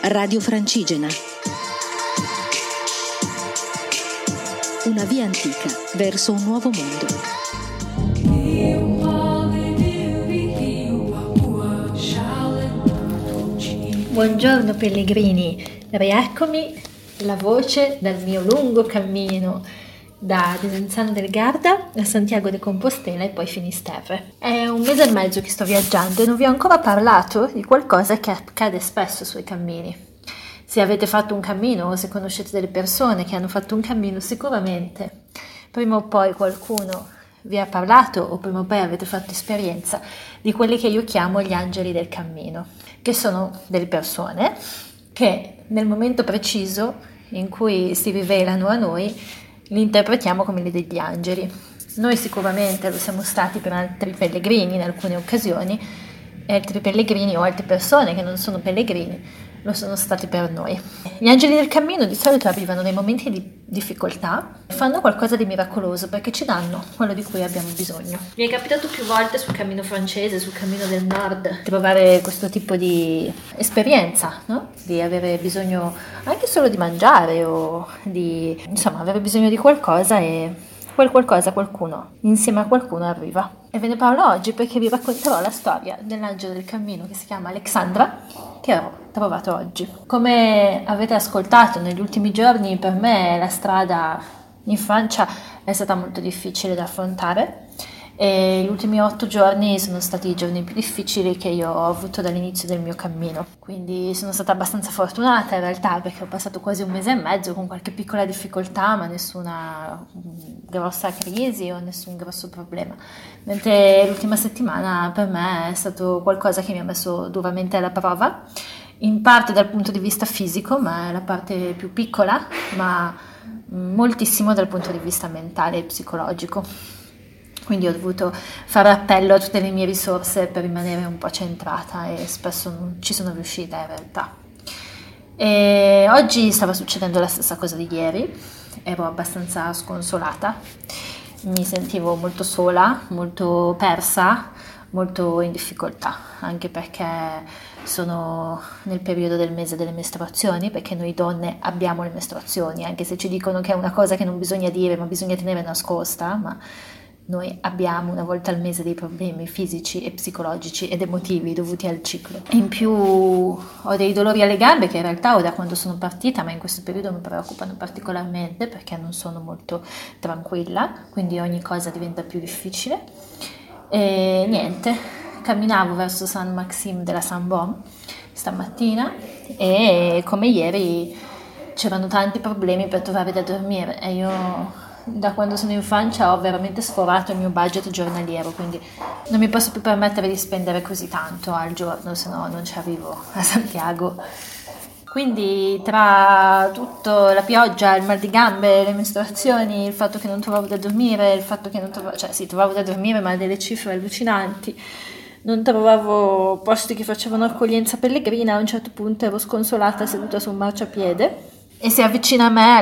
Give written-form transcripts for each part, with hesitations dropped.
Radio Francigena. Una via antica verso un nuovo mondo. Buongiorno pellegrini, rieccomi la voce dal mio lungo cammino da Desenzano del Garda a Santiago de Compostela e poi Finisterre. È un mese e mezzo che sto viaggiando e non vi ho ancora parlato di qualcosa che accade spesso sui cammini. Se avete fatto un cammino o se conoscete delle persone che hanno fatto un cammino, sicuramente prima o poi qualcuno vi ha parlato o prima o poi avete fatto esperienza di quelli che io chiamo gli angeli del cammino, che sono delle persone che nel momento preciso in cui si rivelano a noi li interpretiamo come degli angeli. Noi sicuramente lo siamo stati per altri pellegrini in alcune occasioni e altri pellegrini o altre persone che non sono pellegrini lo sono stati per noi. Gli angeli del cammino di solito arrivano nei momenti di difficoltà e fanno qualcosa di miracoloso perché ci danno quello di cui abbiamo bisogno. Mi è capitato più volte sul cammino francese, sul cammino del nord, trovare questo tipo di esperienza, no? Di avere bisogno anche solo di mangiare o di, insomma, avere bisogno di qualcosa e quel qualcosa, qualcuno, insieme a qualcuno arriva. E ve ne parlo oggi perché vi racconterò la storia dell'angelo del cammino che si chiama Alexandra, che ho trovato oggi. Come avete ascoltato negli ultimi giorni, per me la strada in Francia è stata molto difficile da affrontare e gli ultimi 8 giorni sono stati i giorni più difficili che io ho avuto dall'inizio del mio cammino. Quindi sono stata abbastanza fortunata in realtà perché ho passato quasi un mese e mezzo con qualche piccola difficoltà, ma nessuna grossa crisi o nessun grosso problema. Mentre l'ultima settimana per me è stato qualcosa che mi ha messo duramente alla prova, in parte dal punto di vista fisico, ma è la parte più piccola, ma moltissimo dal punto di vista mentale e psicologico. Quindi ho dovuto fare appello a tutte le mie risorse per rimanere un po' centrata e spesso non ci sono riuscita in realtà. E oggi stava succedendo la stessa cosa di ieri, ero abbastanza sconsolata, mi sentivo molto sola, molto persa, molto in difficoltà, anche perché sono nel periodo del mese delle mestruazioni, perché noi donne abbiamo le mestruazioni, anche se ci dicono che è una cosa che non bisogna dire, ma bisogna tenere nascosta, ma noi abbiamo una volta al mese dei problemi fisici e psicologici ed emotivi dovuti al ciclo. In più ho dei dolori alle gambe che in realtà ho da quando sono partita, ma in questo periodo mi preoccupano particolarmente perché non sono molto tranquilla, quindi ogni cosa diventa più difficile. E niente, camminavo verso Saint Maxime de la Sainte-Baume stamattina e come ieri c'erano tanti problemi per trovare da dormire e io da quando sono in Francia ho veramente sforato il mio budget giornaliero, quindi non mi posso più permettere di spendere così tanto al giorno, se no non ci arrivo a Santiago. Quindi tra tutto, la pioggia, il mal di gambe, le mestruazioni, il fatto che non trovavo da dormire, il fatto che non trovavo, cioè sì, trovavo da dormire ma delle cifre allucinanti, non trovavo posti che facevano accoglienza pellegrina, a un certo punto ero sconsolata seduta su un marciapiede e si avvicina a me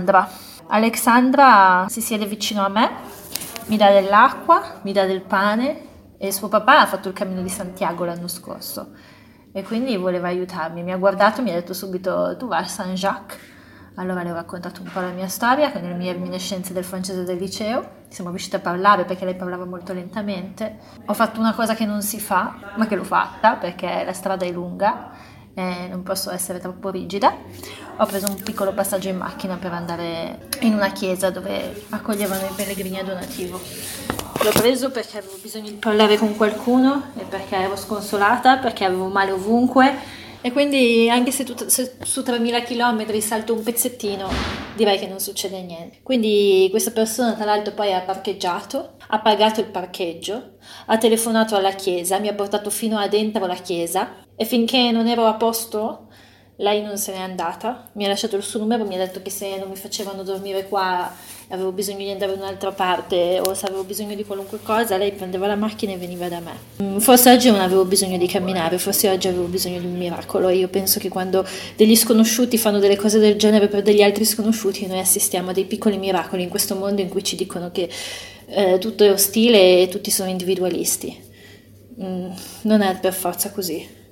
Alexandra si siede vicino a me, mi dà dell'acqua, mi dà del pane e suo papà ha fatto il cammino di Santiago l'anno scorso e quindi voleva aiutarmi. Mi ha guardato e mi ha detto subito: tu vai a Saint-Jacques? Allora le ho raccontato un po' la mia storia con le mie reminiscenze del francese del liceo. Siamo riusciti a parlare perché lei parlava molto lentamente. Ho fatto una cosa che non si fa, ma che l'ho fatta perché la strada è lunga e non posso essere troppo rigida. Ho preso un piccolo passaggio in macchina per andare in una chiesa dove accoglievano i pellegrini a donativo. L'ho preso perché avevo bisogno di parlare con qualcuno e perché ero sconsolata, perché avevo male ovunque e quindi anche se su 3000 km salto un pezzettino direi che non succede niente. Quindi questa persona tra l'altro poi ha parcheggiato, ha pagato il parcheggio, ha telefonato alla chiesa, mi ha portato fino a dentro la chiesa e finché non ero a posto lei non se n'è andata, mi ha lasciato il suo numero, mi ha detto che se non mi facevano dormire qua avevo bisogno di andare da un'altra parte o se avevo bisogno di qualunque cosa lei prendeva la macchina e veniva da me. Forse oggi non avevo bisogno di camminare, forse oggi avevo bisogno di un miracolo e io penso che quando degli sconosciuti fanno delle cose del genere per degli altri sconosciuti noi assistiamo a dei piccoli miracoli in questo mondo in cui ci dicono che tutto è ostile e tutti sono individualisti. Non è per forza così.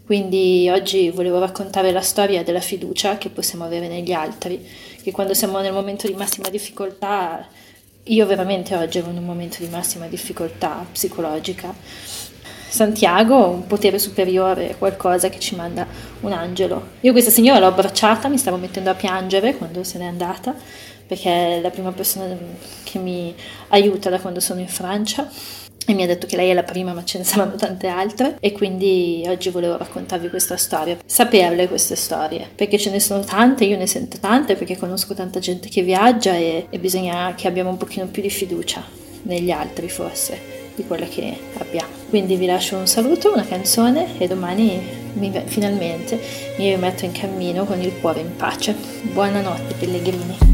Quindi oggi volevo raccontare la storia della fiducia che possiamo avere negli altri, che quando siamo nel momento di massima difficoltà, io veramente oggi ero in un momento di massima difficoltà psicologica. Santiago, un potere superiore, qualcosa che ci manda un angelo. Io questa signora l'ho abbracciata, mi stavo mettendo a piangere quando se n'è andata, perché è la prima persona che mi aiuta da quando sono in Francia e mi ha detto che lei è la prima, ma ce ne saranno tante altre, e quindi oggi volevo raccontarvi questa storia, saperle queste storie, perché ce ne sono tante, io ne sento tante, perché conosco tanta gente che viaggia e bisogna che abbiamo un pochino più di fiducia negli altri forse di quella che abbiamo. Quindi vi lascio un saluto, una canzone e domani finalmente mi rimetto in cammino con il cuore in pace. Buonanotte pellegrini.